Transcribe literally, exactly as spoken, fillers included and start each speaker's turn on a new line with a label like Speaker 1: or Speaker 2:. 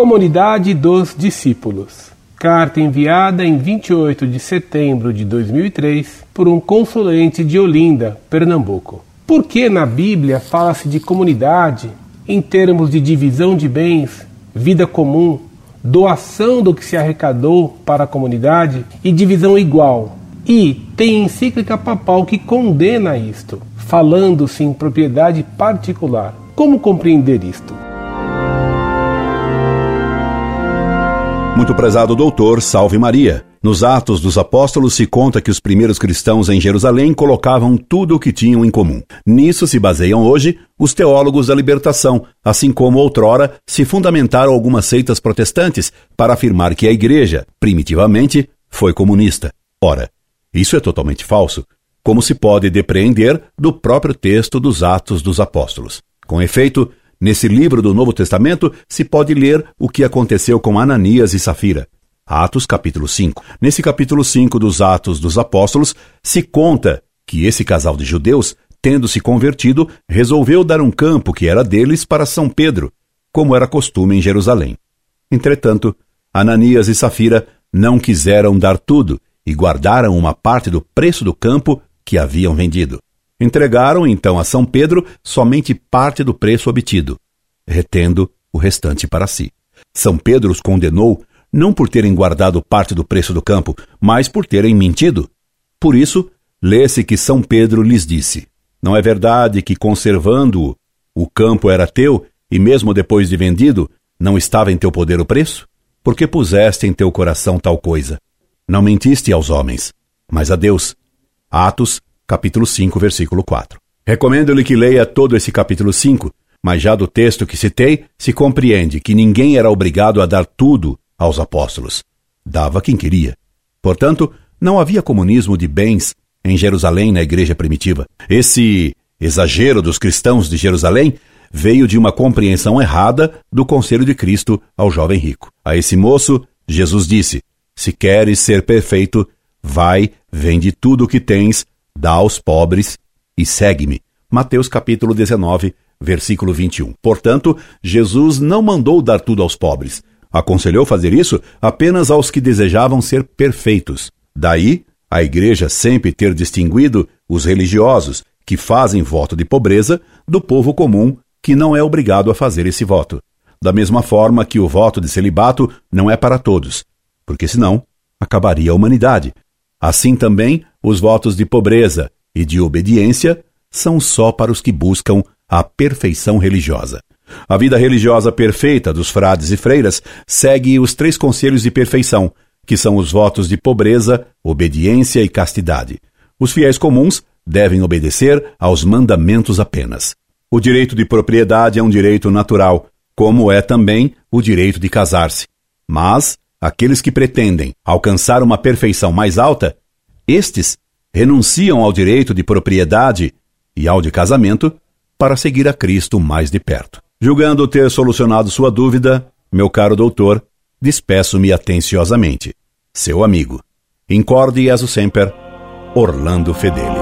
Speaker 1: Comunidade dos Discípulos. Carta enviada em vinte e oito de setembro de dois mil e três por um consulente de Olinda, Pernambuco. Por que na Bíblia fala-se de comunidade em termos de divisão de bens, vida comum, doação do que se arrecadou para a comunidade e divisão igual? E tem encíclica papal que condena isto, falando-se em propriedade particular. Como compreender isto?
Speaker 2: Muito prezado doutor, salve Maria. Nos Atos dos Apóstolos se conta que os primeiros cristãos em Jerusalém colocavam tudo o que tinham em comum. Nisso se baseiam hoje os teólogos da libertação, assim como outrora se fundamentaram algumas seitas protestantes para afirmar que a igreja, primitivamente, foi comunista. Ora, isso é totalmente falso, como se pode depreender do próprio texto dos Atos dos Apóstolos. Com efeito, nesse livro do Novo Testamento se pode ler o que aconteceu com Ananias e Safira. Atos capítulo cinco. Nesse capítulo cinco dos Atos dos Apóstolos se conta que esse casal de judeus, tendo se convertido, resolveu dar um campo que era deles para São Pedro, como era costume em Jerusalém. Entretanto, Ananias e Safira não quiseram dar tudo e guardaram uma parte do preço do campo que haviam vendido. Entregaram então a São Pedro somente parte do preço obtido, retendo o restante para si. São Pedro os condenou não por terem guardado parte do preço do campo, mas por terem mentido. Por isso, lê-se que São Pedro lhes disse: não é verdade que, conservando-o, o campo era teu, e mesmo depois de vendido, não estava em teu poder o preço? Por que puseste em teu coração tal coisa? Não mentiste aos homens, mas a Deus. Atos capítulo cinco, versículo quatro. Recomendo-lhe que leia todo esse capítulo cinco, mas já do texto que citei, se compreende que ninguém era obrigado a dar tudo aos apóstolos. Dava quem queria. Portanto, não havia comunismo de bens em Jerusalém na igreja primitiva. Esse exagero dos cristãos de Jerusalém veio de uma compreensão errada do conselho de Cristo ao jovem rico. A esse moço, Jesus disse: se queres ser perfeito, vai, vende tudo o que tens, dá aos pobres e segue-me. Mateus capítulo dezenove, versículo vinte e um. Portanto, Jesus não mandou dar tudo aos pobres. Aconselhou fazer isso apenas aos que desejavam ser perfeitos. Daí, a igreja sempre ter distinguido os religiosos que fazem voto de pobreza do povo comum que não é obrigado a fazer esse voto. Da mesma forma que o voto de celibato não é para todos, porque senão acabaria a humanidade. Assim também, os votos de pobreza e de obediência são só para os que buscam a perfeição religiosa. A vida religiosa perfeita dos frades e freiras segue os três conselhos de perfeição, que são os votos de pobreza, obediência e castidade. Os fiéis comuns devem obedecer aos mandamentos apenas. O direito de propriedade é um direito natural, como é também o direito de casar-se. Mas aqueles que pretendem alcançar uma perfeição mais alta, estes renunciam ao direito de propriedade e ao de casamento para seguir a Cristo mais de perto. Julgando ter solucionado sua dúvida, meu caro doutor, despeço-me atenciosamente. Seu amigo. Incorde Jesus Semper, Orlando Fedeli.